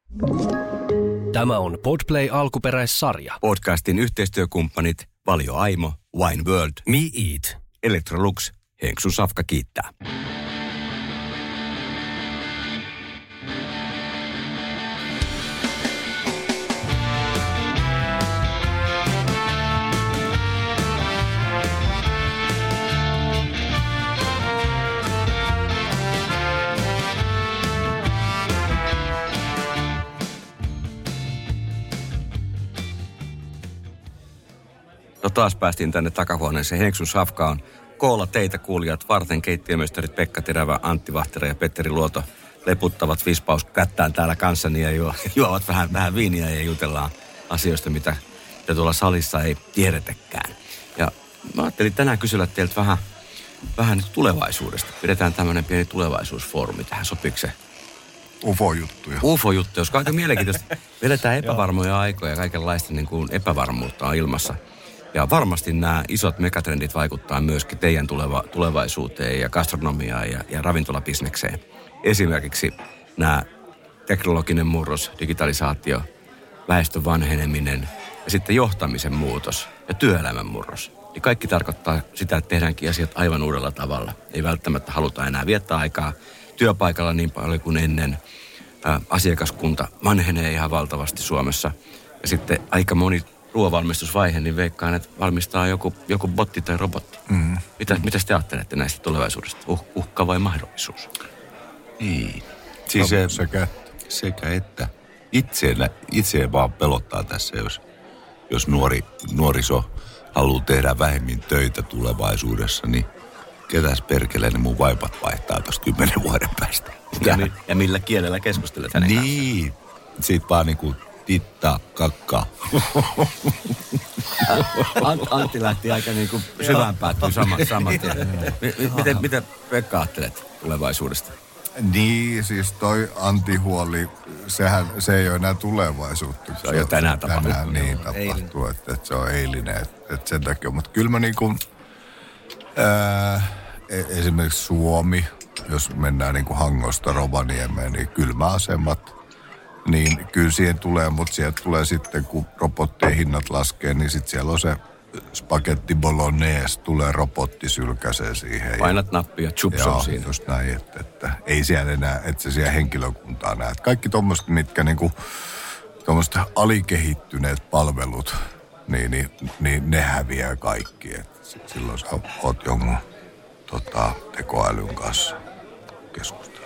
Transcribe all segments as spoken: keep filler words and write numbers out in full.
Tämä on Podplay alkuperäissarja. Podcastin yhteistyökumppanit Valio Aimo, Wine World, Me Eat, Electrolux, Henksun Safka kiittää. No taas päästiin tänne takahuoneeseen. Henksun Safka on koolla teitä kuulijat varten. Keittiömestarit Pekka Terävä, Antti Vahtera ja Petteri Luoto leputtavat vispaus kättään täällä kanssani ja juo, juovat vähän, vähän viiniä ja jutellaan asioista, mitä, mitä tuolla salissa ei tiedetäkään. Ja mä ajattelin tänään kysellä teiltä vähän, vähän nyt tulevaisuudesta. Pidetään tämmöinen pieni tulevaisuusfoorumi tähän. Sopiiko se? U F O-juttuja. U F O-juttuja, koska aika mielenkiintoista. Vedetään epävarmoja aikoja ja kaikenlaista niin kuin epävarmuutta on ilmassa. Ja varmasti nämä isot megatrendit vaikuttaa myöskin teidän tuleva, tulevaisuuteen ja gastronomiaan ja, ja ravintolabisnekseen. Esimerkiksi nämä teknologinen murros, digitalisaatio, väestön vanheneminen ja sitten johtamisen muutos ja työelämän murros. Ja kaikki tarkoittaa sitä, että tehdäänkin asiat aivan uudella tavalla. Ei välttämättä haluta enää viettää aikaa työpaikalla niin paljon kuin ennen. Ä, asiakaskunta vanhenee ihan valtavasti Suomessa. Ja sitten aika moni ruoanvalmistusvaihe, niin veikkaan, että valmistaa joku, joku botti tai robotti. Mm. Mitä, mitä te ajattelette näistä tulevaisuudesta? Uh, uhka vai mahdollisuus? Niin. Siis no, sekä, sekä että itseellä, itseä vaan pelottaa tässä, jos, jos nuori, nuoriso haluaa tehdä vähemmin töitä tulevaisuudessa, niin ketäs perkeleen ne mun vaipat vaihtaa tuosta kymmenen vuoden päästä. Ja, mi, ja millä kielellä keskustelet hänen kanssaan? Niin. Sitten vaan niinku titta, kakka. Antti lähti aika niin kuin syvään päättyy saman, saman tien. Miten, miten Pekka ajattelet tulevaisuudesta? Niin, siis toi Antti huoli, sehän, se ei ole enää tulevaisuutta. Se on jo tänään tapahtunut. Tänään niin tapahtuu, että, että se on eilinen, että, että sen takia. Mutta kyllä mä niin kuin, ää, esimerkiksi Suomi, jos mennään niin kuin Hangosta Rovaniemeen, niin kylmäasemat, niin kyllä siihen tulee, mutta sieltä tulee sitten, kun robottien hinnat laskee, niin sitten siellä on se spagetti bolognese, tulee robotti sylkäsee siihen. Painat nappia, chups on siinä. Just näin, että, että ei siellä enää, että se siellä henkilökuntaa näe. Kaikki tuommoiset, mitkä niinku, tuommoiset alikehittyneet palvelut, niin, niin, niin ne häviää kaikki. Et silloin sä oot jonkun tota, tekoälyn kanssa keskustelua.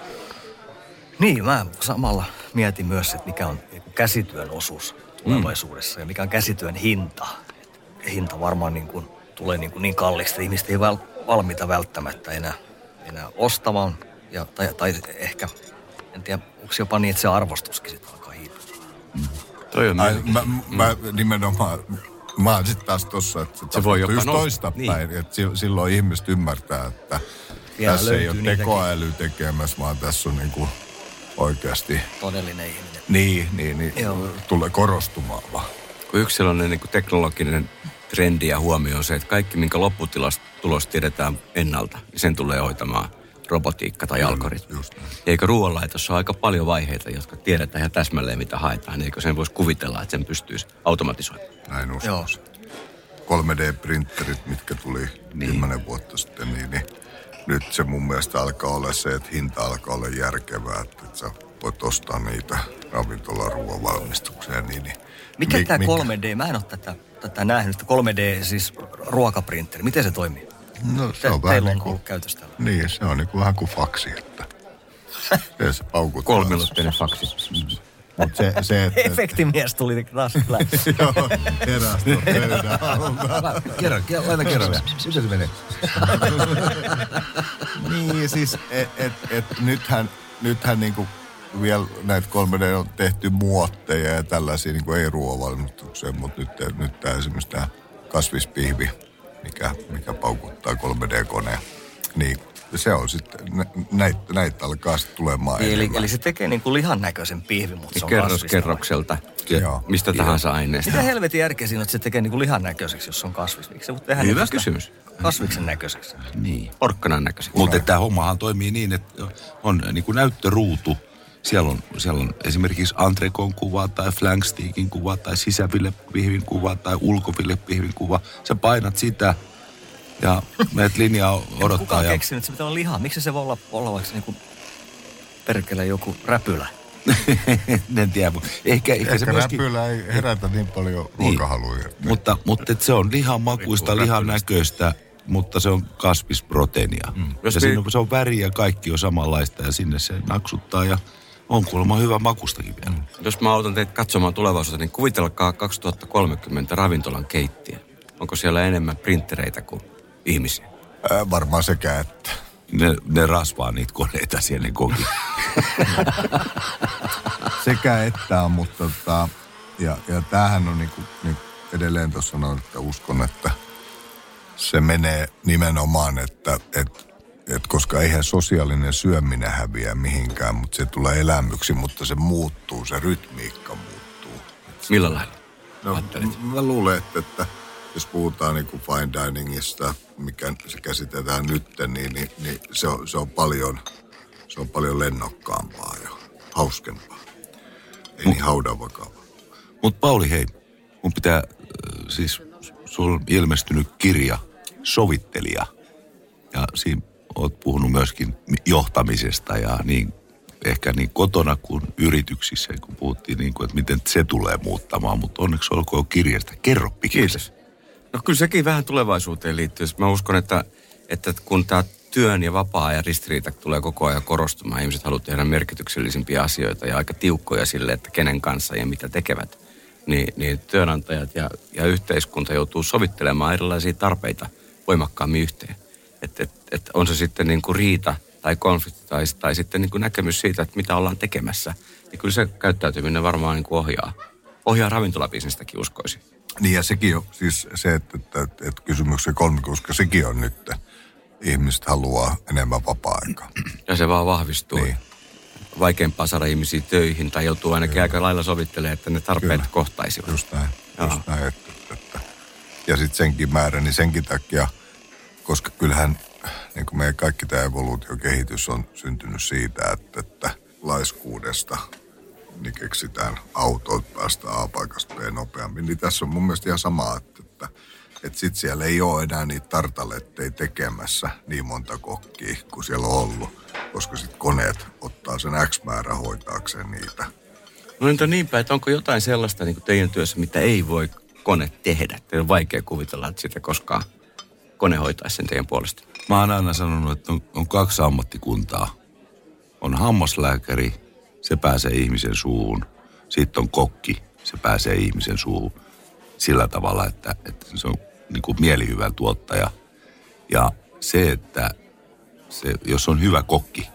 Niin, mä samalla mietin myös, että mikä on käsityön osuus tulevaisuudessa mm. ja mikä on käsityön hinta. Hinta varmaan niin kuin, tulee niin, kuin niin kallista, että ihmiset ei val, valmiita välttämättä enää, enää ostamaan. Ja, tai, tai ehkä, en tiedä, onko jopa niin, että se arvostuskin sitten alkaa hiipua. Mm. Toi on Ai, mä, mä nimenomaan, mä oon sitten taas tossa, että se, se voi jopa just toista niin. päin. Että silloin ihmiset ymmärtää, että vielä tässä ei ole tekoäly tekemässä, vaan tässä on niinku oikeasti todellinen ihminen. Niin, niin, niin tulee korostumaan vaan. Yksi sellainen niin kuin teknologinen trendi ja huomio on se, että kaikki, minkä lopputulos tiedetään ennalta, niin sen tulee hoitamaan robotiikka tai algoritmi. Eikö ruoanlaitossa ole aika paljon vaiheita, jotka tiedetään ihan täsmälleen, mitä haetaan, niin eikö sen voisi kuvitella, että sen pystyisi automatisoimaan? Näin uskoisin. kolme D-printterit, mitkä tuli niin. kymmenen vuotta sitten, niin, niin nyt se mun mielestä alkaa olla se, että hinta alkaa olla järkevää, että sä voit ostaa niitä ravintolaruoan valmistukseen. Niin, niin. Mikä Mik, tämä kolme D? Mä en ole tätä, tätä nähnyt. kolme D, siis ruokaprinteri. Miten se toimii? No se Te, on vähän niin kuin käytöstä. Niin, se on niin kuin vähän kuin faksi, että se paukuttaa. Kolminutteinen faksi. Mm. Mutta se, se, että... Efektimies tuli taas läpi. Joo, kerästä pöydän alta. Kerro, laita kerro vielä. Mitä se menee? Niin, siis, että et, et, nythän, nythän niinku vielä näitä kolme D on tehty muotteja ja tällaisia niinku ei ruoanvalmistukseen, mutta nyt, nyt tämä esimerkiksi tämä kasvispihvi, mikä, mikä paukuttaa kolme D-koneen, niin se on sitten, näitä, näitä alkaa sitten tulemaan eli, enemmän. Eli se tekee niin kuin lihan näköisen pihvi, mutta se on kerros kerrokselta, mistä Joo. tahansa aineesta. Mitä helvetin järkeä siinä on, että se tekee niin kuin lihan näköiseksi, jos se on kasvis? Miksi se tehdä hyvä kysymys. Kasviksen näköiseksi? Niin, porkkanan näköiseksi. Mutta tämä hommahan toimii niin, että on niin kuin näyttöruutu Siellä on, siellä on esimerkiksi entrecôten kuva tai flanksteakin kuva tai sisäfilepihvin kuva tai ulkofilepihvin kuva. Sä painat sitä ja meet linjaa odottaa. Kuka on ja... keksinyt, että se pitää olla lihaa? Miksi se voi olla, olla vaikka niinku perkele joku räpylä? En tiedä, mutta ehkä, ehkä, ehkä se myöskin... räpylä ei herätä niin paljon ruokahaluja. Niin, mutta, mutta se on lihan makuista, lihan näköistä, mutta se on kasvisproteiinia. Mm. Ja siinä on, se on väri ja kaikki on samanlaista ja sinne se naksuttaa ja on kuulemma hyvä makustakin vielä. Mm. Jos mä autan teitä katsomaan tulevaisuutta, niin kuvitelkaa kaksituhattakolmekymmentä ravintolan keittiö. Onko siellä enemmän printtereitä kuin ihmisiä? Ää, varmaan sekä, että... Ne, ne rasvaa niitä koneita siellä, ne koki. Sekä että on, mutta tota, ja, ja tämähän on niinku, niin edelleen tuossa sanoin, että uskon, että se menee nimenomaan, että et, et koska eihän sosiaalinen syöminen häviä mihinkään, mutta se tulee elämyksi, mutta se muuttuu, se rytmiikka muuttuu. Millä lailla? No, mä luulen, että, että jos puhutaan niin kuin fine diningista, mikä se käsitetään nyt, niin, niin, niin se, on, se, on paljon, se on paljon lennokkaampaa ja hauskempaa. Ei niin haudan vakavaa. Mutta Pauli, hei, mun pitää, äh, siis sulla on ilmestynyt kirja Sovittelija. Ja siinä oot puhunut myöskin johtamisesta ja niin ehkä niin kotona kuin yrityksissä, kun puhuttiin niin kuin, että miten se tulee muuttamaan. Mutta onneksi olkoon kirjasta. Kerro pikkuisen. Kiitos. No kyllä sekin vähän tulevaisuuteen liittyy. Mä uskon, että, että kun tämä työn ja vapaa-ajan ristiriita tulee koko ajan korostumaan, ihmiset haluavat tehdä merkityksellisimpiä asioita ja aika tiukkoja sille, että kenen kanssa ja mitä tekevät, niin, niin työnantajat ja, ja yhteiskunta joutuu sovittelemaan erilaisia tarpeita voimakkaammin yhteen. Että et, et on se sitten niin kuin riita tai konflikti tai, tai sitten niin kuin näkemys siitä, että mitä ollaan tekemässä. Niin kyllä se käyttäytyminen varmaan niin kuin ohjaa, ohjaa ravintolabisnestäkin uskoisin. Niin ja sekin on siis se, että, että, että, että kysymyksen kolme, koska sekin on nyt, ihmiset haluaa enemmän vapaa-aikaa. Ja se vaan vahvistuu. Niin. Vaikeampaa saada ihmisiä töihin tai joutuu ainakin Kyllä. aika lailla sovittelemaan, että ne tarpeet Kyllä. kohtaisivat. Just näin, just näin. Että, että. Ja sitten senkin määrä, niin senkin takia, koska kyllähän niin kuin meidän kaikki tämä evoluutiokehitys on syntynyt siitä, että, että laiskuudesta niin keksitään autot, päästään A-paikasta B nopeammin. Niin tässä on mun mielestä ihan sama, että, että, että sitten siellä ei ole enää niitä tartaletteja tekemässä niin monta kokkia kuin siellä on ollut, koska sitten koneet ottaa sen X määrä hoitaakseen niitä. No entä niinpä, että onko jotain sellaista niin kuin teidän työssä, mitä ei voi kone tehdä? Teidän on vaikea kuvitella, että sitä koskaan kone hoitaisi sen teidän puolesta. Mä oon aina sanonut, että on, on kaksi ammattikuntaa. On hammaslääkäri, se pääsee ihmisen suuhun. Sitten on kokki, se pääsee ihmisen suuhun sillä tavalla, että, että se on niin kuin mielihyvän tuottaja. Ja se, että se, jos on hyvä kokki,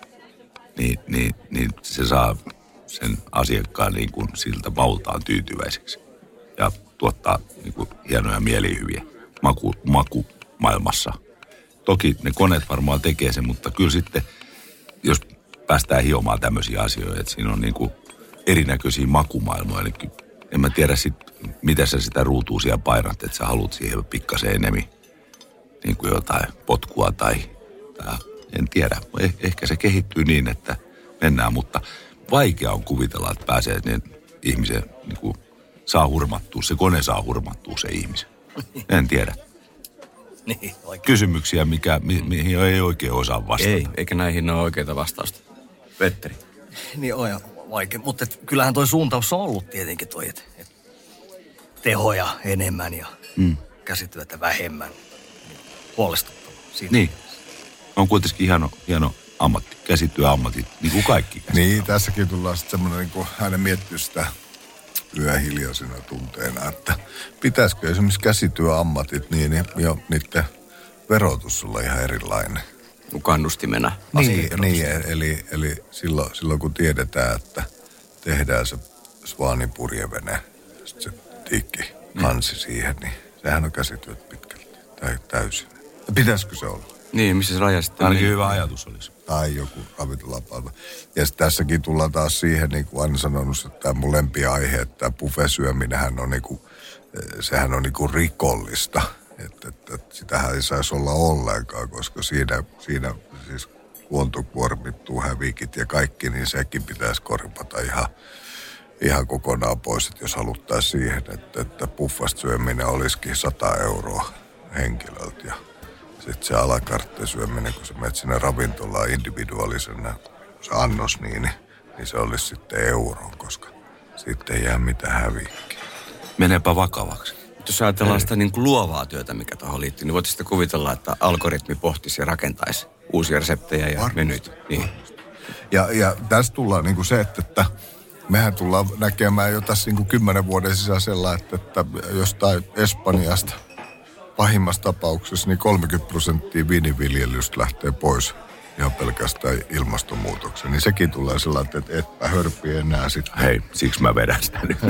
niin, niin, niin se saa sen asiakkaan niin kuin siltä maultaan tyytyväiseksi. Ja tuottaa niin kuin hienoja mielihyviä maku, makumaailmassa. Toki ne koneet varmaan tekee sen, mutta kyllä sitten, jos päästään hiomaan tämmöisiä asioita, että siinä on niin kuin erinäköisiä makumaailmoja, niin en mä tiedä sitten, mitä sä sitä ruutua siellä painat, että sä haluat siihen pikkasen enemmän niin kuin jotain potkua tai, tai en tiedä. Eh, ehkä se kehittyy niin, että mennään, mutta vaikea on kuvitella, että pääsee niin ihmisen niin kuin saa hurmattua, se kone saa hurmattua se ihmisen. En tiedä. Niin, kysymyksiä, mikä, mi, mihin ei oikein osaa vastata. Ei, eikä näihin ole oikeita vastausta. Petteri. Niin on ja vaikea, mutta et, kyllähän toi suuntaus on ollut tietenkin toi, että et, tehoja enemmän ja mm. käsityötä vähemmän. Huolestuttavaa. Siitä niin. On kuitenkin hieno, hieno ammatti, käsityöammatit, niin kuin kaikki. Niin, tässäkin tullaan sitten semmoinen, niin kuin aina miettiä sitä yöhiljaisena tunteena, että pitäisikö esimerkiksi käsityöammatit, niin jo niiden verotus olla ihan erilainen. Kannustimena. Niin, niin eli, eli silloin, silloin kun tiedetään, että tehdään se svaanipurjevene, sitten se tiikki kansi mm. siihen, niin sehän on käsityöt pitkälti tai täysin. Ja pitäisikö se olla? Niin, missä se raja sitten? Ainakin niin. Hyvä ajatus olisi. Tai joku ravintolapalvelu. Ja tässäkin tullaan taas siihen, niin kuin aina sanonut, että tämä mun lempiaihe, että tämä buffet-syöminenhän on, niin kuin, sehän on niin kuin rikollista. Että, että, että sitähän ei saisi olla ollenkaan, koska siinä, siinä siis luonto kuormittuu, hävikit ja kaikki, niin sekin pitäisi korvata ihan, ihan kokonaan pois, että jos haluttaisiin siihen, että, että puffasta syöminen olisikin sata euroa henkilöltä ja sitten se alakartte syöminen, kun sä menet sinne ravintolaan individuaalisena, se annos, niin, niin se olisi sitten euron, koska sitten ei jää mitään hävikkiä. Meneepä vakavaksi. Jos ajatellaan sitä niin kuin luovaa työtä, mikä tuohon liittyy, niin voitte sitten kuvitella, että algoritmi pohtisi ja rakentaisi uusia reseptejä ja menyitä. Niin. Ja, ja tässä tullaan niin kuin se, että, että mehän tullaan näkemään jo tässä niin kuin kymmenen vuoden sisäisellä, että, että jostain Espanjasta pahimmassa tapauksessa niin kolmekymmentä prosenttia viiniviljelystä lähtee pois ihan pelkästään ilmastonmuutoksen. Niin sekin tulee sellainen, että etpä hörppi enää sitten. Hei, siksi mä vedän sitä nyt.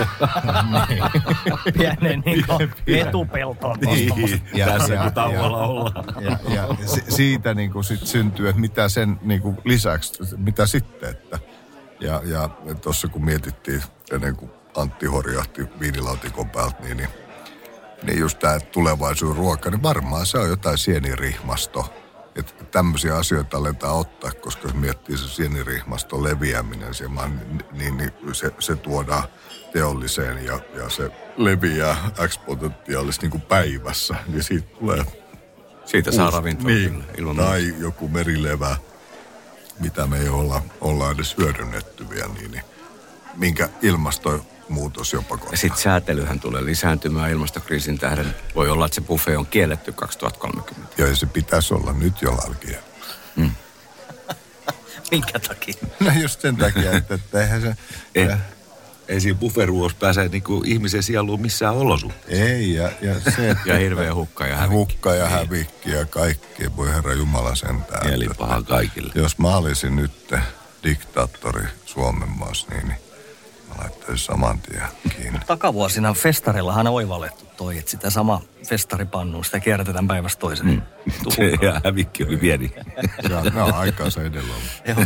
Pienen niin kuin etupeltoon tuosta. Ja tässä kun tauolla ollaan. Ja, ja siitä niin kuin sit syntyy, että mitä sen niin kuin lisäksi, mitä sitten, että ja, ja tuossa kun mietittiin ennen kuin Antti horjahti viinilautikon päältä, niin, niin, niin just tämä tulevaisuuden ruoka, niin varmaan se on jotain sienirihmasto. Että tämmöisiä asioita aletaan ottaa, koska jos miettii se sienirihmaston leviäminen, se, niin, niin se, se tuodaan teolliseen ja, ja se leviää eksponentiaalisesti niin kuin päivässä. Ja siitä tulee Siitä saa ravintoa niin, ilman tai muuta. joku merilevä, mitä me ei olla, olla edes hyödynnetty vielä, niin, niin minkä ilmastonmuutos jopa kohtaa. Ja sitten säätelyhän tulee lisääntymään ilmastokriisin tähden. Voi olla, että se buffet on kielletty kaksituhattakolmekymmentä. Ja se pitäisi olla nyt jo lalkia. Mm. Minkä takia? No just sen takia, että, että eihän se... Ei, ei siinä bufferuossa pääse niinku ihmisen sieluun missään olosuhteessa. Ei, ja, ja se... Että, Ja hirveä hukka ja hävikki. Hukka ja hävikki ja kaikki. Voi Herra Jumala sentään. Mieli paha kaikille. Jos mä olisin nyt diktaattori Suomen maassa, niin, niin mä laittaisin saman tien kiinni. Takavuosina festarillahan on oivallettu toi, että sitä sama festaripannu, sitä kierrätetään päivästä toiseen. Mm. Ja hävikki oli pieni. Se on, no, aikaansa edellä ollut.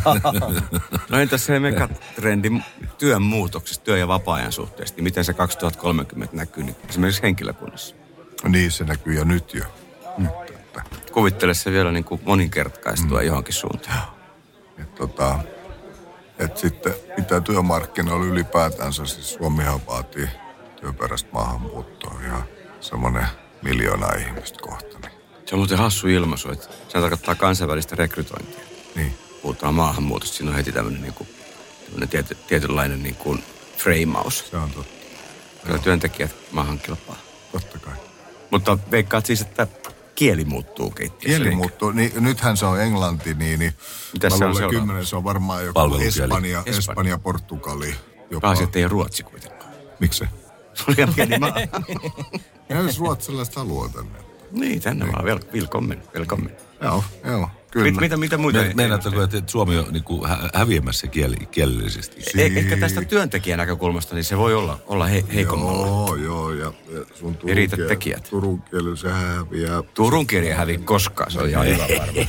No entäs se megatrendin työn muutoksesta, työ- ja vapaa-ajan suhteesta, niin miten se kaksituhattakolmekymmentä näkyy nyt esimerkiksi henkilökunnassa? Niin, se näkyy jo nyt jo. Nyt, että, Kuvittele se vielä niin kuin moninkertaistua mm. johonkin suuntaan. että, tota, että sitten mitä työmarkkinoilla ylipäätänsä, siis Suomihan vaatii työperäistä maahanmuuttoa ihan semmoinen miljoona ihmistä kohta. Niin. Se on muuten hassu ilmaisu, että se tarkoittaa kansainvälistä rekrytointia. Niin. Puhutaan maahanmuutosta, siinä on heti tämmöinen, niin kuin, tämmöinen tiety, tietynlainen niin kuin freimaus. Se on totta. Kyllä työntekijät maahan kilpaa. Totta kai. Mutta veikkaat siis, että kieli muuttuu keittiössä. Kieli muuttuu. Niin, nythän se on englanti, niin, niin Mitäs mä se on luulen seuraava? kymmenen, se on varmaan joku Palvelukieli. Espanja, Espanja. Espanja, Portugali. Jopa. Pääasi, ettei ole ruotsi kuitenkaan. Miksi? Se oli ihan pieni maa. Ja jos ruotsalaiset haluaa tänne. Niin, tänne vaan. Vel, velkommen, velkommen. Joo, joo, kyllä. Mit, mitä, mitä muita? Me, Meinaatteko, että Suomi on niinku hä- häviämässä kieli, kielellisesti? Eh, ehkä tästä työntekijän näkökulmasta, niin se voi olla, olla he, heikommalla. Joo, joo, ja, ja sun Ei riitä Turun kieli- tekijät. Turun kieli, se häviää. Turun kieli ei häviä koskaan, se on ihan hyvä varma.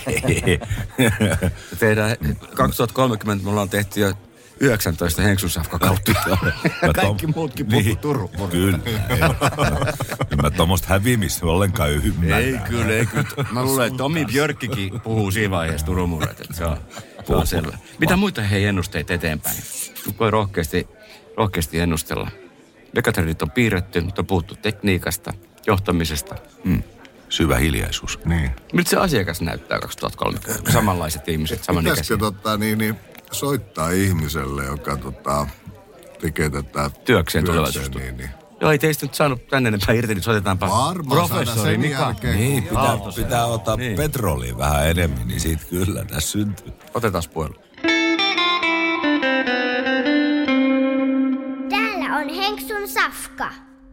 Tehdään kaksituhattakolmekymmentä, me ollaan tehty jo yhdeksäntoista Henksun Safka kautta. Kaikki muutkin puhuu Niin. Turun. Kyllä. En mä tommoista häviämistä ollenkaan ymmärrä. Ei kyllä, ei kyllä. Mä luulen, että Tomi Björkkikin puhuu siinä vaiheessa Turun murret, että se on, se on selvä. Mitä muita hei ennusteita eteenpäin? Nyt voi rohkeasti, rohkeasti ennustella. Megatrendit on piirretty, nyt on puhuttu tekniikasta, johtamisesta. Mm. Syvä hiljaisuus. Niin. Miltä se asiakas näyttää kaksituhattakolmekymmentä? Samanlaiset ihmiset, samanikäisiä. Pitäisikö tota, niin, niin, soittaa ihmiselle, joka tota, tekee tätä Työkseen tulevaisuudesta. Niin, niin. Joo, ei teistä nyt saanut tänne enempää irti, nyt soitetaanpa Varmaan saada professori sen Mika. jälkeen. Niin, pitää, Aaltosen. pitää ottaa Niin. petrolia vähän enemmän, niin siitä kyllä tässä syntyy. Otetaan puhelu. Täällä on Henksun Safka.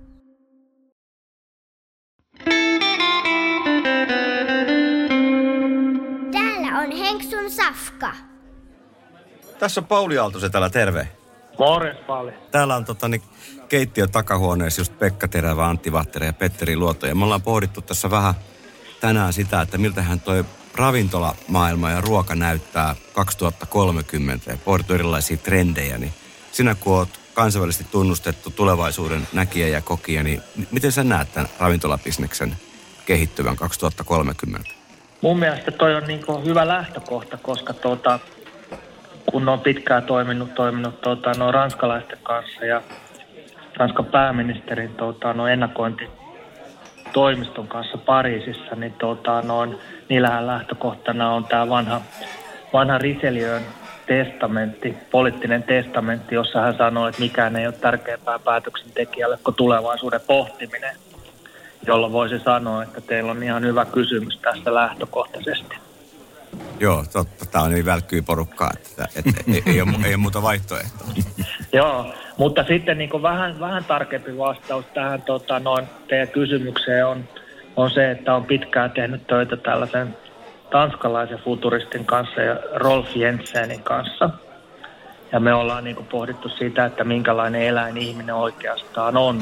Täällä on Henksun Safka. Tässä on Pauli Aaltosen täällä, terve. Morjes Pauli. Täällä on tota, niin, keittiön takahuoneessa just Pekka Terävä, Antti Vahtera ja Petteri Luotto. Ja me ollaan pohdittu tässä vähän tänään sitä, että miltähän toi ravintolamaailma ja ruoka näyttää kaksituhattakolmekymmentä. Ja pohdittu erilaisia trendejä. Niin sinä kun oot kansainvälisesti tunnustettu tulevaisuuden näkijä ja kokija, niin miten sä näet tämän ravintolabisneksen kehittyvän kaksituhattakolmekymmentä? Mun mielestä toi on niin kuin hyvä lähtökohta, koska tuota, kun on pitkään toiminut, toiminut tuota, no, ranskalaisten kanssa ja Ranskan pääministerin tuota, no, ennakointitoimiston kanssa Pariisissa, niin tuota, no, niillähän lähtökohtana on tämä vanha, vanha Richelieu'n testamentti, poliittinen testamentti, jossa hän sanoo, että mikään ei ole tärkeämpää päätöksentekijälle kuin tulevaisuuden pohtiminen, jolloin voisi sanoa, että teillä on ihan hyvä kysymys tässä lähtökohtaisesti. Joo, totta. Tämä on niin välkkyy porukkaa, että, että ei, ei, ole, ei ole muuta vaihtoehtoa. Joo, mutta sitten niin kuin vähän, vähän tarkempi vastaus tähän tota, noin, teidän kysymykseen on, on se, että on pitkään tehnyt töitä tällaisen tanskalaisen futuristin kanssa ja Rolf Jensenin kanssa. Ja me ollaan niin kuin pohdittu siitä, että minkälainen eläin ihminen oikeastaan on.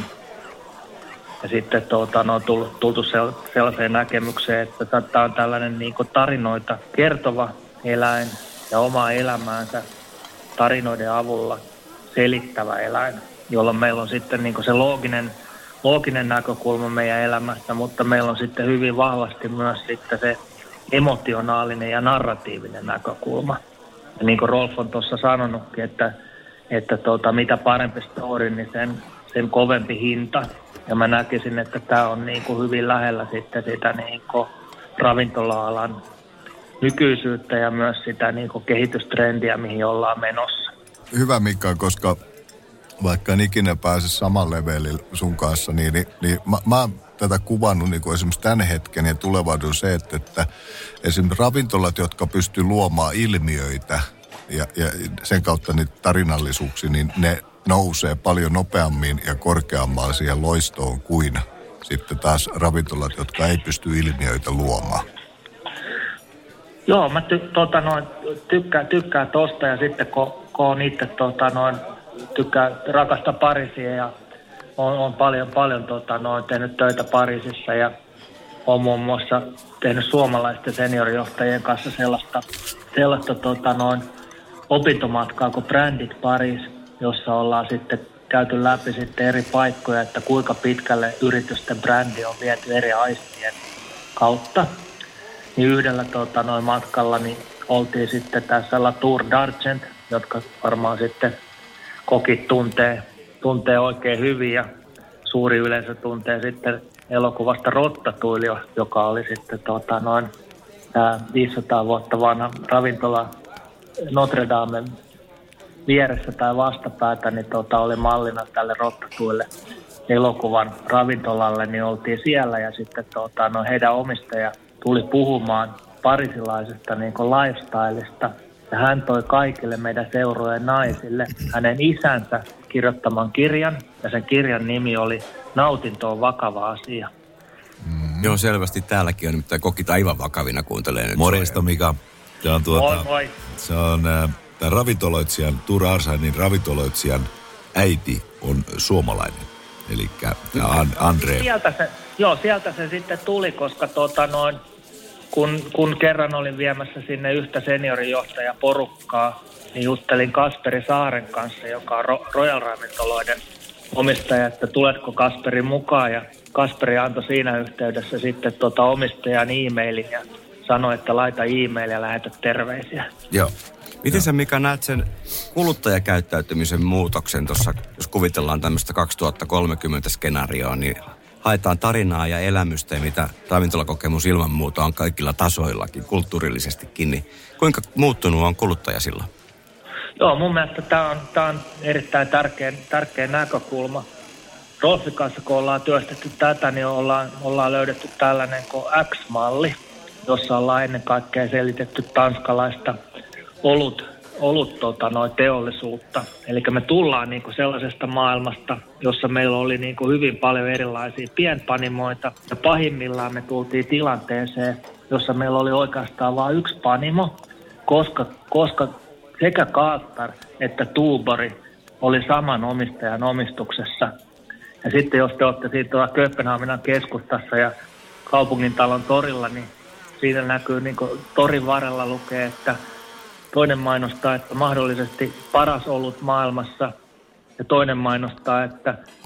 Ja sitten tuota, no, on tullut, tultu sellaiseen näkemykseen, että tämä on tällainen niin kuin tarinoita kertova eläin ja omaa elämäänsä tarinoiden avulla selittävä eläin, jolloin meillä on sitten niin kuin se looginen, looginen näkökulma meidän elämästä, mutta meillä on sitten hyvin vahvasti myös sitten se emotionaalinen ja narratiivinen näkökulma. Ja niin kuin Rolf on tuossa sanonutkin, että, että tuota, mitä parempi story, niin sen, sen kovempi hinta. Ja mä näkisin, että tämä on niin kuin hyvin lähellä sitten sitä niin kuin ravintola-alan nykyisyyttä ja myös sitä niin kuin kehitystrendiä, mihin ollaan menossa. Hyvä Mika, koska vaikka en ikinä pääse saman levelillä sun kanssa, niin, niin, niin mä, mä oon tätä kuvannut niin kuin esimerkiksi tämän hetken ja tulevaisuuden se, että, että esimerkiksi ravintolat, jotka pystyy luomaan ilmiöitä ja, ja sen kautta niitä tarinallisuuksia, niin ne nousee paljon nopeammin ja korkeammalle siihen loistoon kuin sitten taas ravintolat, jotka ei pysty ilmiöitä luomaan. Joo, mä ty, tota, noin, tykkään, tykkään tosta ja sitten kun, kun on itse tota, noin, tykkään rakasta Pariisia ja on, on paljon, paljon tota, noin, tehnyt töitä Pariisissa ja on muun muassa tehnyt suomalaisten seniorijohtajien kanssa sellaista, sellaista tota, noin, opintomatkaa kuin Branded Paris, jossa ollaan sitten käyty läpi sitten eri paikkoja, että kuinka pitkälle yritysten brändi on viety eri aistien kautta. Niin yhdellä tota, noin matkalla niin oltiin sitten tässä La Tour d'Argent, jotka varmaan sitten kokit tuntee, tuntee oikein hyvin ja suuri yleisö tuntee sitten elokuvasta Ratatouille, joka oli sitten tota, noin tämä viisisataa vuotta vanha ravintola Notre Damen vieressä tai vastapäätä, niin tota, oli mallina tälle Ratatouille elokuvan ravintolalle, niin oltiin siellä ja sitten tota, no, heidän omistaja tuli puhumaan parisilaisesta niin kuin lifestylista ja hän toi kaikille meidän seurojen naisille hänen isänsä kirjoittaman kirjan ja sen kirjan nimi oli Nautinto on vakava asia. Mm. Joo, selvästi täälläkin on, nimittäin kokit aivan vakavina kuuntelee nyt. Morjesta Mika. Se on, tuota, moi, moi. Se on äh, tämän ravintoloitsijan, Tour d'Argentin ravintoloitsijan äiti on suomalainen. Eli Andre. Sieltä se, joo, sieltä se sitten tuli, koska tota noin, kun, kun kerran olin viemässä sinne yhtä seniorijohtajaporukkaa, niin juttelin Kasperi Saaren kanssa, joka on Royal Ravintoloiden omistaja, että tuletko Kasperi mukaan. Ja Kasperi antoi siinä yhteydessä sitten tota omistajan e-mailin ja sanoi, että laita e-mail ja lähetä terveisiä. Joo. Miten sä Mika näet sen kuluttajakäyttäytymisen muutoksen tuossa, jos kuvitellaan tämmöistä kaksituhattakolmekymmentä skenaarioa, niin haetaan tarinaa ja elämystä ja mitä ravintolakokemus ilman muuta on kaikilla tasoillakin, kulttuurillisestikin, niin kuinka muuttunut on kuluttaja silloin? Joo, mun mielestä tämä on, tää on erittäin tärkeä, tärkeä näkökulma. Rolfin kanssa, kun ollaan työstetty tätä, niin ollaan, ollaan löydetty tällainen kuin X-malli, jossa ollaan ennen kaikkea selitetty tanskalaista olut, olut tota, noi teollisuutta. Eli me tullaan niinku sellaisesta maailmasta, jossa meillä oli niinku hyvin paljon erilaisia pienpanimoita. Ja pahimmillaan me tultiin tilanteeseen, jossa meillä oli oikeastaan vain yksi panimo, koska, koska sekä Carlsberg että Tuborg oli saman omistajan omistuksessa. Ja sitten jos te olette siitä Kööpenhaminan keskustassa ja kaupungintalon torilla, niin siinä näkyy niin kuin torin varrella lukee, että toinen mainostaa, että mahdollisesti paras olut maailmassa ja toinen mainostaa, että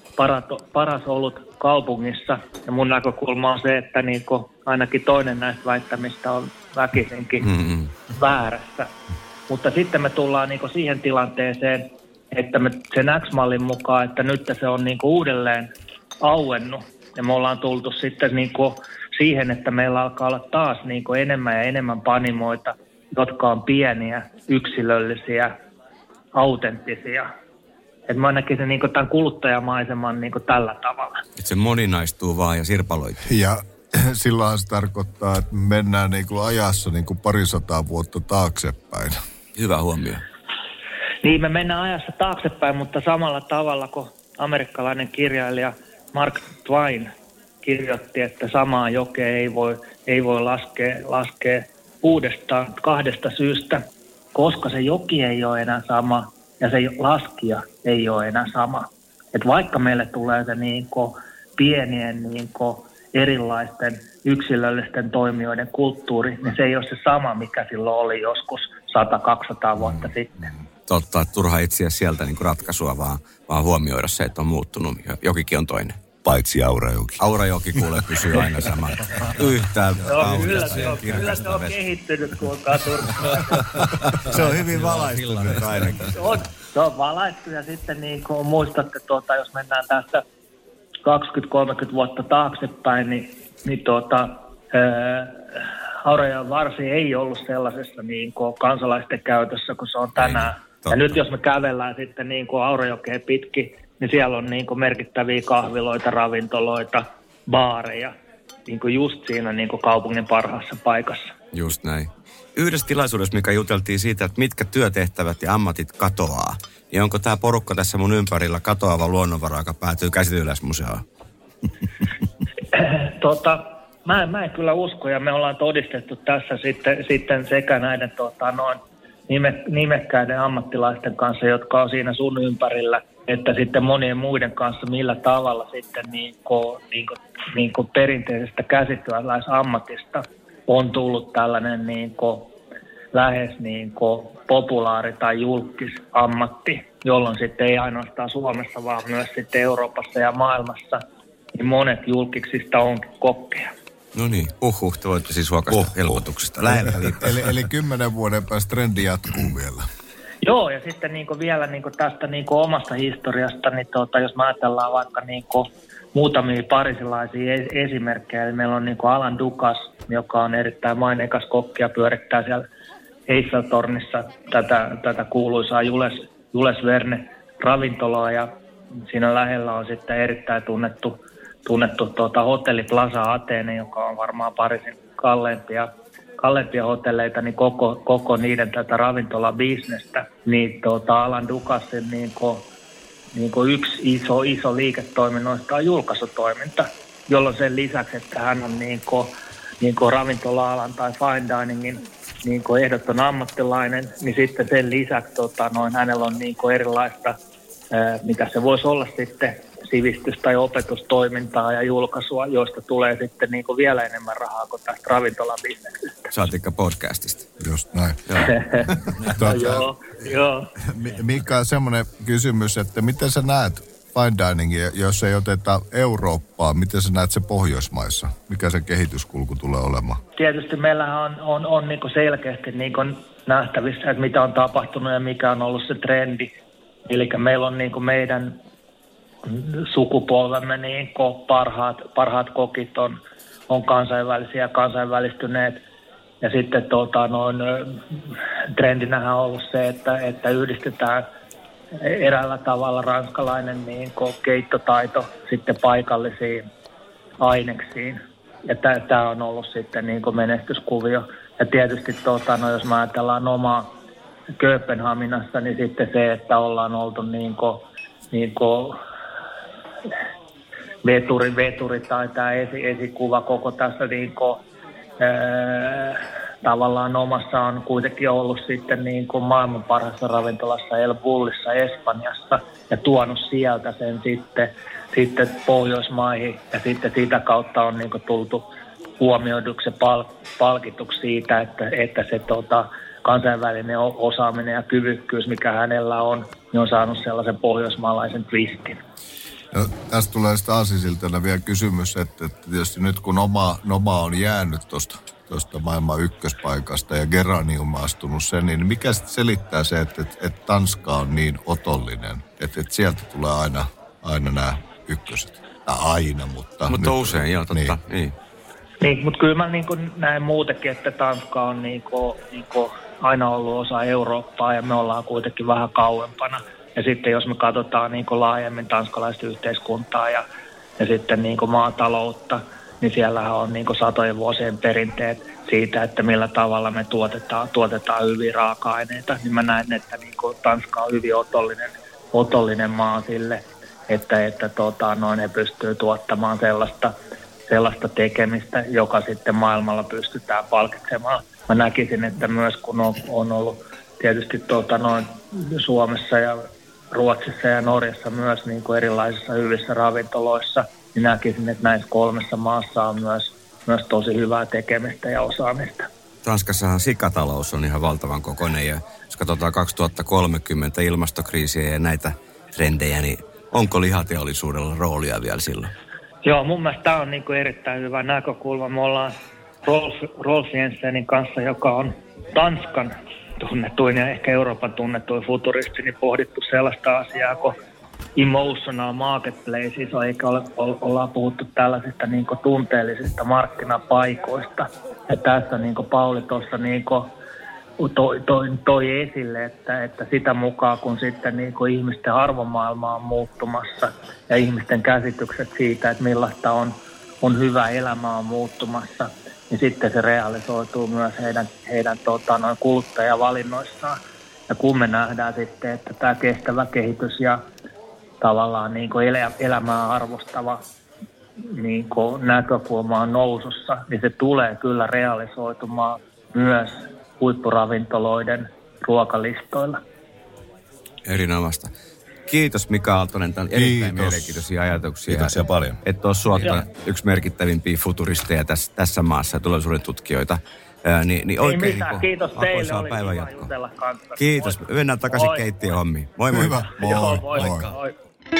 parat, paras olut kaupungissa. Ja mun näkökulma on se, että niinku ainakin toinen näistä väittämistä on väkisinkin mm-hmm. väärässä. Mutta sitten me tullaan niinku siihen tilanteeseen, että me sen X-mallin mukaan, että nyt se on niinku uudelleen auennut. Ja me ollaan tultu sitten niinku siihen, että meillä alkaa olla taas niinku enemmän ja enemmän panimoita, jotka on pieniä, yksilöllisiä, autenttisia. Että mä näkisin niinku tämän kuluttajamaiseman niinku tällä tavalla. Että se moninaistuu vaan ja sirpaloituu. Ja silloin se tarkoittaa, että mennään niinku ajassa niinku parisataa vuotta taaksepäin. Hyvä huomio. Niin, me mennään ajassa taaksepäin, mutta samalla tavalla kuin amerikkalainen kirjailija Mark Twain kirjoitti, että samaa jokea ei voi, ei voi laskea, laskea uudestaan kahdesta syystä, koska se joki ei ole enää sama ja se laskija ei ole enää sama. Et vaikka meille tulee se niinku pienien niinku erilaisten yksilöllisten toimijoiden kulttuuri, niin se ei ole se sama, mikä silloin oli joskus sata kaksisataa vuotta mm. sitten. Totta, että turha etsiä sieltä niinku ratkaisua, vaan, vaan huomioida se, että on muuttunut. Jokikin on toinen. Paitsi Aurajoki. Aurajoki kuule pysyy aina sama. Yhtään kaunista ja kirkasta. Kyllä se on kehittynyt, kuulkaa Turkkaan. Se on hyvin valaistunut ainakin. On, se on valaistu ja sitten niin kuin muistatte, tuota, jos mennään tästä kaksikymmentä kolmekymmentä vuotta taaksepäin, niin, niin tuota, Aurajoen varsi ei ollut sellaisessa niin kuin kansalaisten käytössä, kun se on tänään. Ei, ja nyt jos me kävellään sitten niin kuin Aurajokeen pitkin, niin siellä on niin kuin merkittäviä kahviloita, ravintoloita, baareja, niin kuin just siinä niin kuin kaupungin parhaassa paikassa. Just näin. Yhdessä tilaisuudessa, mikä juteltiin siitä, että mitkä työtehtävät ja ammatit katoaa, niin onko tämä porukka tässä mun ympärillä katoava luonnonvara, joka päätyy Käsityöläismuseoon? tota, mä, en, mä en kyllä usko, ja me ollaan todistettu tässä sitten, sitten sekä näiden tota, noin nime, nimekkäiden ammattilaisten kanssa, jotka on siinä sun ympärillä, että sitten monien muiden kanssa, millä tavalla sitten niin kuin, niin kuin, niin kuin perinteisestä käsityöläisammatista on tullut tällainen niin kuin, lähes niin kuin, populaari tai julkisammatti, jolloin sitten ei ainoastaan Suomessa, vaan myös sitten Euroopassa ja maailmassa, niin monet julkiksista onkin kokkeja. No niin, uhuh, te voitte siis huokasta uhuh. helpotuksesta. Läheltä eli, eli kymmenen vuoden päästä trendi jatkuu vielä. Joo, ja sitten niin vielä niin tästä niin omasta historiasta, niin tuota, jos me ajatellaan vaikka niin muutamia parisilaisia esimerkkejä, eli meillä on niin Alan Dukas, joka on erittäin maineikas kokki ja pyörittää siellä Eiffeltornissa tätä, tätä kuuluisaa Jules, Jules Verne ravintolaa, ja siinä lähellä on sitten erittäin tunnettu, tunnettu tuota, hotelli Plaza Athene, joka on varmaan Pariisin kalleimpia kalleimpia hotelleita, niin koko, koko niiden tätä ravintolabisnestä, niin tuota, Alan Ducasin niin kuin, niin kuin yksi iso, iso liiketoiminnoista on julkaisutoiminta, jolloin sen lisäksi, että hän on niin kuin, niin kuin ravintola-alan tai fine diningin niin kuin ehdoton ammattilainen, niin sitten sen lisäksi tota, noin, hänellä on niin kuin erilaista, ää, mitä se voisi olla sitten, sivistys- tai opetustoimintaa ja julkaisua, joista tulee sitten niin kuin vielä enemmän rahaa kuin tästä ravintolabisneksestä. Saatikka podcastista. Just näin. Joo, joo. joo. Mika, semmoinen kysymys, että miten sä näet fine diningia, jos ei oteta Eurooppaa, miten sä näet se Pohjoismaissa? Mikä se kehityskulku tulee olemaan? Tietysti meillähän on, on, on niin kuin selkeästi niin kuin nähtävissä, että mitä on tapahtunut ja mikä on ollut se trendi. Eli meillä on niin kuin meidän sukupolvemme niin parhaat, parhaat kokit on, on kansainvälisiä, kansainvälistyneet. Ja sitten tuota, noin, trendinähän on ollut se, että, että yhdistetään eräällä tavalla ranskalainen niin keittotaito sitten paikallisiin aineksiin. Ja tämä on ollut sitten niin menestyskuvio. Ja tietysti tuota, no, jos mä ajatellaan omaa Kööpenhaminassa, niin sitten se, että ollaan oltu niin kuin, niin kuin veturi, veturi tai tämä esi, esikuva koko tässä niin kuin, ää, tavallaan omassa on kuitenkin ollut sitten niin kuin maailman parhaassa ravintolassa El Bullissa Espanjassa ja tuonut sieltä sen sitten, sitten Pohjoismaihin ja sitten sitä kautta on niin kuin tultu huomioiduksi ja pal, palkituksi siitä, että, että se tota, kansainvälinen osaaminen ja kyvykkyys, mikä hänellä on, niin on saanut sellaisen pohjoismaalaisen twistin. No, tästä tulee sitten aasisiltana vielä kysymys, että, että tietysti nyt kun Noma, Noma on jäänyt tuosta tuosta maailman ykköspaikasta ja Geranium on astunut sen, niin mikä sitten selittää se, että, että, että Tanska on niin otollinen, että, että sieltä tulee aina, aina nämä ykköset. Tai aina, mutta... Mutta usein, joo, totta. Niin. niin. Niin, mutta kyllä mä niin kuin näen muutenkin, että Tanska on niin kuin, niin kuin aina ollut osa Eurooppaa ja me ollaan kuitenkin vähän kauempana. Ja sitten jos me katsotaan niin kuin laajemmin tanskalaista yhteiskuntaa ja, ja sitten niin kuin maataloutta, niin siellähän on niin kuin satojen vuosien perinteet siitä, että millä tavalla me tuotetaan, tuotetaan hyviä raaka-aineita. Niin mä näen, että niin kuin Tanska on hyvin otollinen, otollinen maa sille, että, että tota, noin he pystyy tuottamaan sellaista, sellaista tekemistä, joka sitten maailmalla pystytään palkitsemaan. Mä näkisin, että myös kun on, on ollut tietysti tota, noin Suomessa ja Ruotsissa ja Norjassa myös niin kuin erilaisissa hyvissä ravintoloissa, niin näkisin, että näissä kolmessa maassa on myös, myös tosi hyvää tekemistä ja osaamista. Tanskassahan sikatalous on ihan valtavan kokoinen ja jos katsotaan kaksituhattakolmekymmentä ilmastokriisiä ja näitä trendejä, niin onko lihateollisuudella roolia vielä silloin? Joo, mun mielestä tämä on niin kuin erittäin hyvä näkökulma. Me ollaan Rolf, Rolf Jensenin kanssa, joka on Tanskan tunnetuin ja ehkä Euroopan tunnetuin futuristi, niin pohdittu sellaista asiaa kuin emotional marketplaces, eikä ole, ollaan puhuttu tällaisista niin kuin tunteellisista markkinapaikoista. Ja tässä niin kuin Pauli tuossa niin kuin toi, toi, toi esille, että, että sitä mukaan kun sitten niin kuin ihmisten arvomaailma on muuttumassa ja ihmisten käsitykset siitä, että millaista on, on hyvä elämä on muuttumassa, niin sitten se realisoituu myös heidän, heidän tota, noin kuluttajavalinnoissaan. Ja kun me nähdään sitten, että tämä kestävä kehitys ja tavallaan niin kuin elä, elämää arvostava niin kuin näkökulma on nousussa, niin se tulee kyllä realisoitumaan myös huippuravintoloiden ruokalistoilla. Erinomaista. Kiitos Mika Aaltonen, tämä on erittäin mielenkiintoisia ajatuksia. Kiitoksia paljon. Että on suotta yksi merkittävimpiä futuristeja tässä, tässä maassa ja tulevaisuuden tutkijoita. Ää, niin, niin oikein Ei mitään, niin kiitos teille, oli päivän kiva jatkoa. jutella kanssa. Kiitos, Moi. mennään takaisin keittiöhommiin. Moi moi. Hyvä, moi. Joo, moi. moi. moi.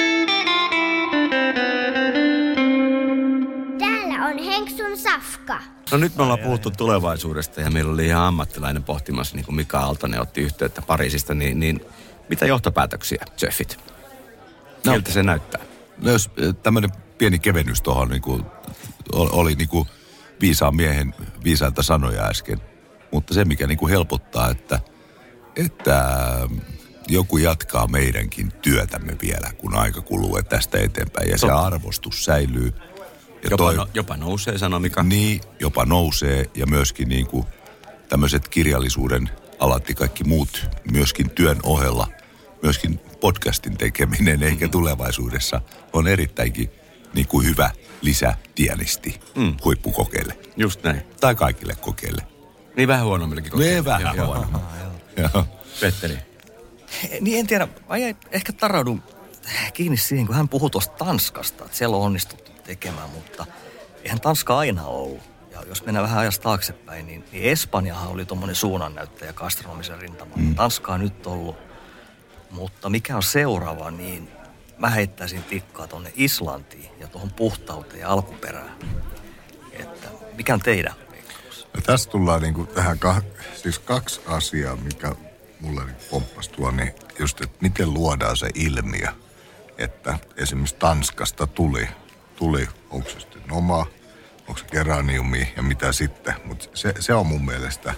Täällä on Henksun Safka. No nyt me ollaan puhuttu tulevaisuudesta ja meillä oli ihan ammattilainen pohtimassa, niin kuin Mika Aaltonen otti yhteyttä Pariisista, niin, niin mitä johtopäätöksiä, Jeffit? No, miltä se näyttää? No jos tämmöinen pieni kevennys tuohon niin kuin, oli niin kuin viisaan miehen viisailta sanoja äsken, mutta se mikä niin kuin helpottaa, että, että joku jatkaa meidänkin työtämme vielä, kun aika kuluu tästä eteenpäin ja se arvostus säilyy. Ja jopa, toi, no, jopa nousee, sanoo Mika. Niin, jopa nousee ja myöskin niin kuin tämmöiset kirjallisuuden alat ja kaikki muut myöskin työn ohella, myöskin podcastin tekeminen eikä tulevaisuudessa on erittäinkin niin kuin hyvä lisätienisti mm. huippukokeille. Just näin. Tai kaikille kokeille. Niin vähän huonommillekin kokeille. Vähän huonommin. Petteri. Niin en tiedä, mä jäin ehkä taraudun kiinni siihen, kun hän puhui tuosta Tanskasta, että siellä on onnistuttu tekemään, mutta eihän Tanska aina ollut. Ja jos mennään vähän ajasta taaksepäin, niin, niin Espanjahan oli tuommoinen suunnannäyttäjä gastronomisen rintamalla. Mm. Tanska on nyt ollut, mutta mikä on seuraava, niin mä heittäisin tikkaa tuonne Islantiin ja tuohon puhtauteen ja alkuperään. Että mikä on teidän veikkaus? No tässä tullaan niinku tähän kah- siis kaksi asiaa, mikä mulle niinku pomppasi tuo, niin just, että miten luodaan se ilmiö, että esimerkiksi Tanskasta tuli, tuli onko se sitten Noma, onko se Geraniumi ja mitä sitten, mutta se, se on mun mielestä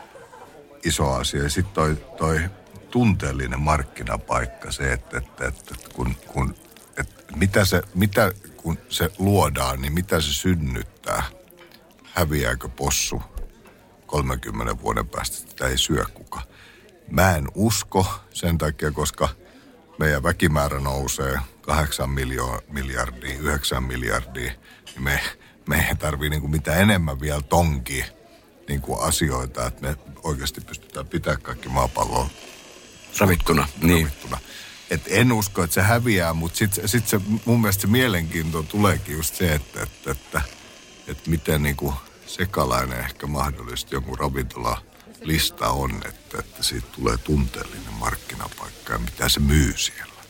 iso asia. Ja sitten toi, toi tunteellinen markkinapaikka, se, että, että, että kun, kun, että mitä se, mitä, kun se luodaan, niin mitä se synnyttää, häviääkö possu kolmenkymmenen vuoden päästä, sitä ei syö kukaan. Mä en usko sen takia, koska meidän väkimäärä nousee kahdeksan miljardia, yhdeksän miljardia, niin me, me ei tarvii niinku mitään enemmän vielä tonkia niinku asioita, että me oikeasti pystytään pitämään kaikki maapalloon Ravittuna, niin. ravittuna. Et en usko, että se häviää, mutta sitten sit se, mun mielestä se mielenkiinto tuleekin just se, että, että, että, että miten niinku sekalainen ehkä mahdollisesti jonkun ravintola lista on, että, että siitä tulee tunteellinen markkinapaikka ja mitä se myy siellä.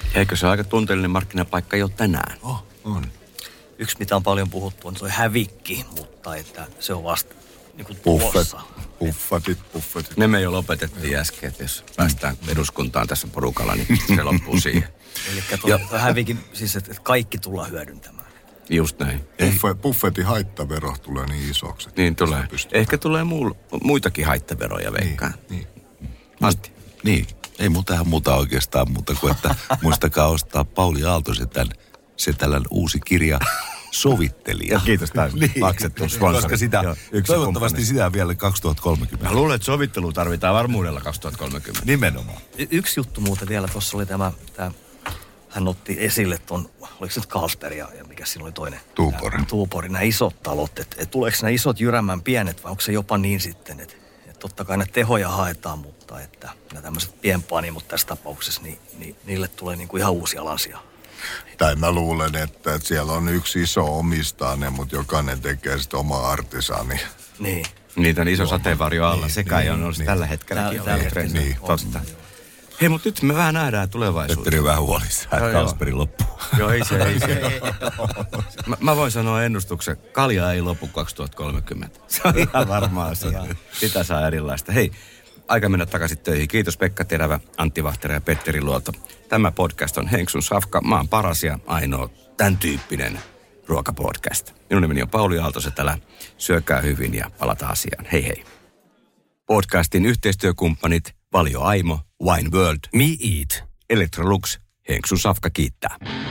Eikö se aika tunteellinen markkinapaikka jo tänään? Oh, on. Yksi, mitä on paljon puhuttu, on tuo hävikki, mutta että se on vasta niin kuin Buffet, tulossa. buffetit, buffetit. Ne me jo lopetettiin äsken, että jos päästään eduskuntaan tässä porukalla, niin se loppuu siihen. Eli tuo, tuo hävikin, siis että kaikki tullaan hyödyntämään. Just näin. Buffet, buffetin haittavero tulee niin isoksi. Niin tulee. Ehkä tulee muu, muitakin haittaveroja, veikkaan. Niin. Antti. Niin, ei mun tähän muuta oikeastaan muuta kuin, että muistakaa ostaa Pauli Aaltosetän se tällainen uusi kirja Sovittelija. Ja kiitos täysin. Niin. Maksettu sponsori. Koska sitä, Joo, yksi toivottavasti kumppani. sitä vielä kaksituhattakolmekymmentä. Mä luulen, että sovittelu tarvitaan varmuudella kaksituhattakolmekymmentä. Nimenomaan. Y- yksi juttu muuten vielä, tuossa oli tämä, tämä hän otti esille ton, oliko se nyt Carlsberg ja, ja mikä siinä oli toinen? Tuupori. Tämä, Tuupori, nämä isot talot, että et tuleeko nämä isot jyrämän pienet vai onko se jopa niin sitten, että et totta kai näitä tehoja haetaan, mutta että nämä tämmöiset pienpanimot tässä tapauksessa, niin, niin niille tulee niinku ihan uusia lansia. Tai mä luulen, että, että siellä on yksi iso omistainen, mutta jokainen tekee sitten oma artisaani. Niin. Niitä on iso sateenvarjo alla. Niin, Sekä ei niin, ole noussut niin. tällä hetkelläkin. Tällä- tällä trendi. hetkellä Niin, totta. Hei, mutta nyt me vähän nähdään tulevaisuutta. Petteri on vähän huolissaan, Joo, että joo. Carlsberg loppuu. Joo, ei se, ei se. mä, mä voin sanoa ennustuksen, kalja ei lopu kaksituhattakolmekymmentä. Se on ihan varma asia. Sitä saa erilaista. Hei, aika mennä takaisin töihin. Kiitos Pekka Terävä, Antti Vahtera ja Petteri Luoto. Tämä podcast on Henksun Safka, maan paras ja ainoa tämän tyyppinen ruokapodcast. Minun nimeni on Pauli Aaltosetälä. Syökää hyvin ja palataan asiaan. Hei hei. Podcastin yhteistyökumppanit Valio Aimo, Wine World, Me Eat. Electrolux, Henksun Safka kiittää.